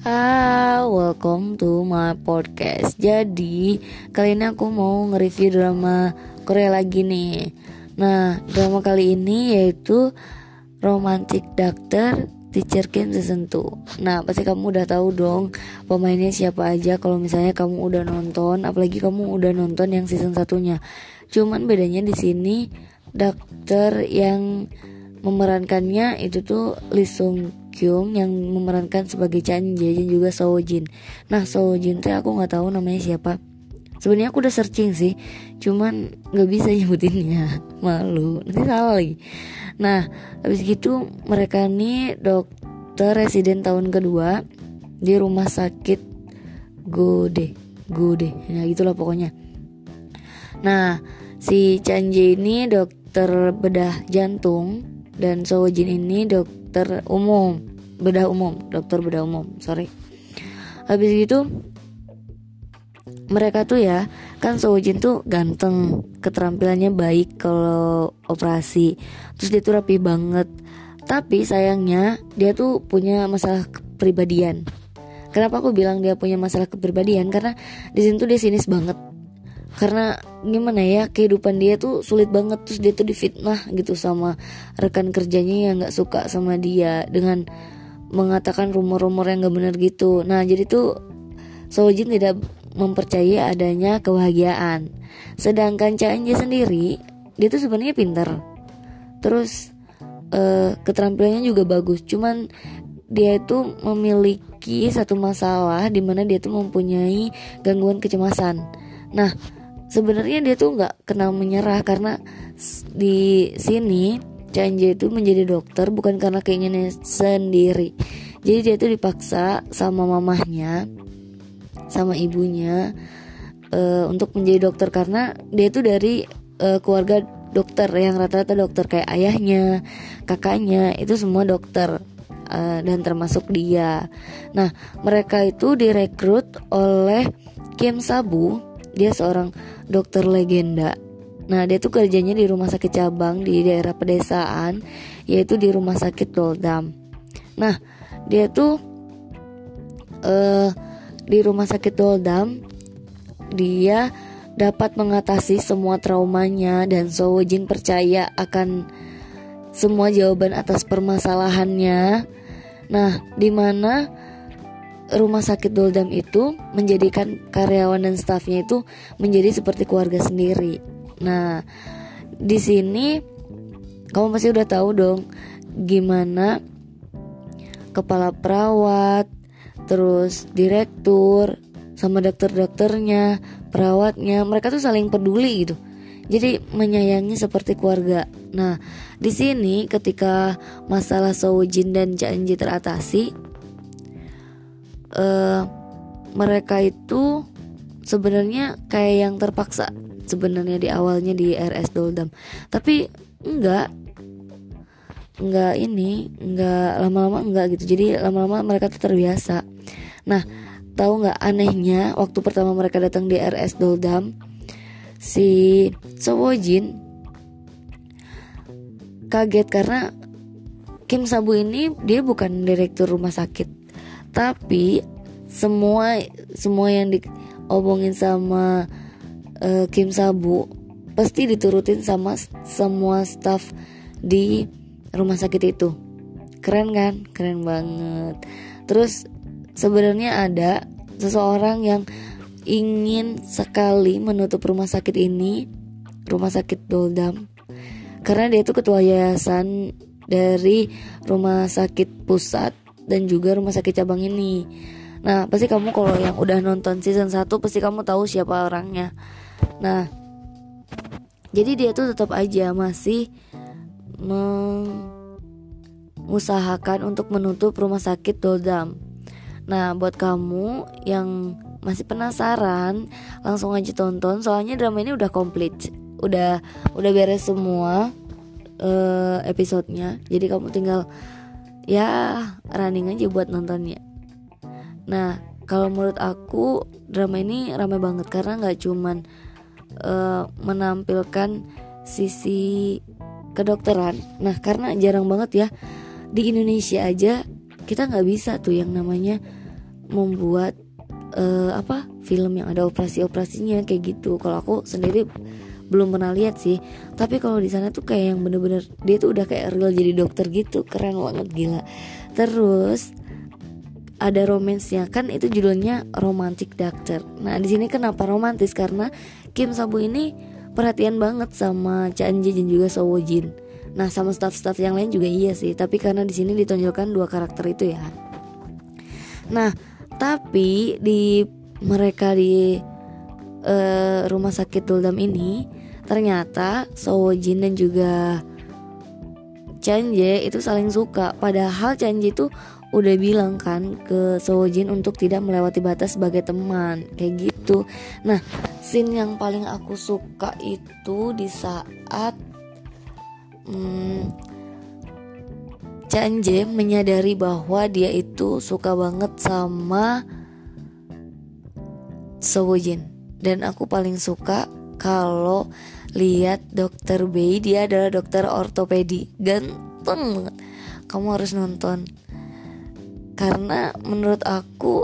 Welcome to my podcast. Jadi kali ini aku mau nge-review drama Korea lagi nih. Nah, drama kali ini yaitu Romantic Doctor Teacher Kim Season 2. Nah, pasti kamu udah tahu dong pemainnya siapa aja kalau misalnya kamu udah nonton, apalagi kamu udah nonton yang season 1-nya. Cuman bedanya di sini dokter yang memerankannya itu tuh Lee Sung Kyung yang memerankan sebagai Chan Jae dan juga Seo Jin. Nah, Seo Jin tuh aku nggak tahu namanya siapa. Sebenarnya aku udah searching sih, cuman nggak bisa nyebutinnya, malu nanti salah lagi. Nah, habis gitu mereka nih dokter residen tahun kedua di rumah sakit Gode, ya gitulah pokoknya. Nah, si Chan Jae ini dokter bedah jantung dan Seo Jin ini dokter bedah umum. Habis gitu mereka tuh ya, kan Seo Jin tuh ganteng, keterampilannya baik kalau operasi, terus dia tuh rapi banget. Tapi sayangnya dia tuh punya masalah kepribadian. Kenapa aku bilang dia punya masalah kepribadian? Karena di sini tuh dia sinis banget. Karena gimana ya, kehidupan dia tuh sulit banget. Terus dia tuh difitnah gitu sama rekan kerjanya yang gak suka sama dia dengan mengatakan rumor-rumor yang gak benar gitu. Nah, jadi tuh Seo Jin tidak mempercayai adanya kebahagiaan. Sedangkan Chan Jae sendiri, dia tuh sebenarnya pintar. Terus keterampilannya juga bagus. Cuman dia itu memiliki satu masalah di mana dia tuh mempunyai gangguan kecemasan. Nah, sebenarnya dia tuh nggak kenal menyerah karena di sini Chan Jae itu menjadi dokter bukan karena keinginannya sendiri. Jadi dia tuh dipaksa sama mamahnya, sama ibunya untuk menjadi dokter karena dia tuh dari keluarga dokter yang rata-rata dokter, kayak ayahnya, kakaknya itu semua dokter. Dan termasuk dia. Nah, mereka itu direkrut oleh Kim Sabu. Dia seorang dokter legenda. Nah, dia tuh kerjanya di rumah sakit cabang di daerah pedesaan, yaitu di rumah sakit Doldam. Nah, dia tuh di rumah sakit Doldam dia dapat mengatasi semua traumanya dan Seo Jin percaya akan semua jawaban atas permasalahannya. Nah, di mana rumah sakit Doldam itu menjadikan karyawan dan stafnya itu menjadi seperti keluarga sendiri. Nah, di sini kamu pasti udah tahu dong gimana kepala perawat, terus direktur, sama dokter-dokternya, perawatnya, mereka tuh saling peduli gitu. Jadi menyayangi seperti keluarga. Nah, di sini ketika masalah Seo Jin dan Chan Jae teratasi, mereka itu sebenarnya kayak yang terpaksa sebenarnya di awalnya di RS Doldam. Tapi enggak lama-lama enggak gitu. Jadi lama-lama mereka tuh terbiasa. Nah, tahu nggak anehnya waktu pertama mereka datang di RS Doldam, si Seo Jin kaget karena Kim Sabu ini dia bukan direktur rumah sakit, tapi semua yang diomongin sama Kim Sabu pasti diturutin sama semua staff di rumah sakit itu. Keren kan? Keren banget. Terus sebenarnya ada seseorang yang ingin sekali menutup rumah sakit ini, rumah sakit Doldam, karena dia itu ketua yayasan dari rumah sakit pusat dan juga rumah sakit cabang ini. Nah, pasti kamu kalau yang udah nonton season 1 pasti kamu tahu siapa orangnya. Nah, jadi dia tuh tetap aja masih mengusahakan untuk menutup rumah sakit Doldam. Nah, buat kamu yang masih penasaran, langsung aja tonton. Soalnya drama ini udah komplit, udah beres semua episodenya. Jadi kamu tinggal ya running aja buat nontonnya. Nah, kalau menurut aku drama ini ramai banget karena nggak cuman menampilkan sisi kedokteran. Nah, karena jarang banget ya di Indonesia aja kita nggak bisa tuh yang namanya membuat film yang ada operasinya kayak gitu. Kalau aku sendiri belum pernah lihat sih, tapi kalau di sana tuh kayak yang bener-bener dia tuh udah kayak real jadi dokter gitu, keren banget, gila. Terus ada romansnya, kan itu judulnya Romantic Doctor. Nah di sini kenapa romantis, karena Kim Sabu ini perhatian banget sama Cha Eun-jae dan juga So Wo Jin. Nah sama staff-staff yang lain juga iya sih, tapi karena di sini ditonjolkan dua karakter itu ya. Nah tapi di mereka di rumah sakit Doldam ini ternyata So Wo Jin dan juga Cha Eun-jae itu saling suka. Padahal Cha Eun-jae itu udah bilang kan ke So Wo Jin untuk tidak melewati batas sebagai teman, kayak gitu. Nah scene yang paling aku suka itu di saat Cha Eun-jae menyadari bahwa dia itu suka banget sama So Wo Jin. Dan aku paling suka kalau lihat Dokter Bae, dia adalah dokter ortopedi, ganteng banget. Kamu harus nonton, karena menurut aku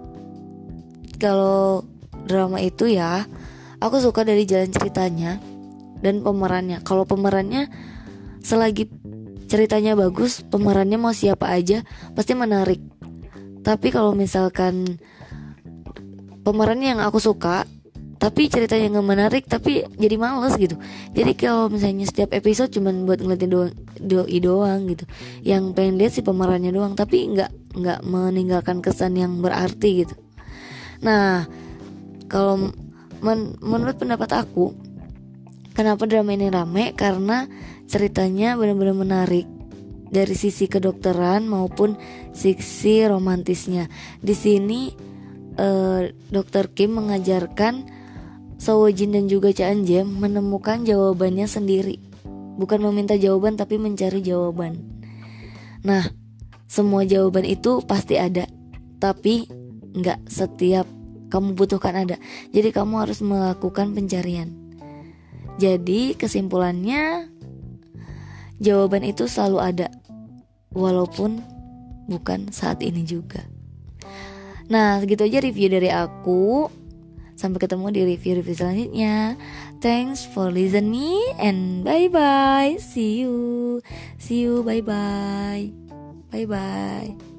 kalau drama itu ya, aku suka dari jalan ceritanya dan pemerannya. Kalau pemerannya selagi ceritanya bagus, pemerannya mau siapa aja pasti menarik. Tapi kalau misalkan pemerannya yang aku suka tapi ceritanya nggak menarik, tapi jadi males gitu. Jadi kalau misalnya setiap episode cuman buat ngeliatin doi doang gitu, yang pengen lihat si pemerannya doang, tapi nggak meninggalkan kesan yang berarti gitu. Nah kalau menurut pendapat aku, kenapa drama ini rame, karena ceritanya benar-benar menarik dari sisi kedokteran maupun sisi romantisnya. Di sini Dr. Kim mengajarkan So Wo Jin dan juga Cha Eun-jae menemukan jawabannya sendiri, bukan meminta jawaban tapi mencari jawaban. Nah semua jawaban itu pasti ada, tapi nggak setiap kamu butuhkan ada. Jadi kamu harus melakukan pencarian. Jadi kesimpulannya, jawaban itu selalu ada, walaupun bukan saat ini juga. Nah segitu aja review dari aku. Sampai ketemu di review-review selanjutnya. Thanks for listening and bye bye. See you. Bye bye.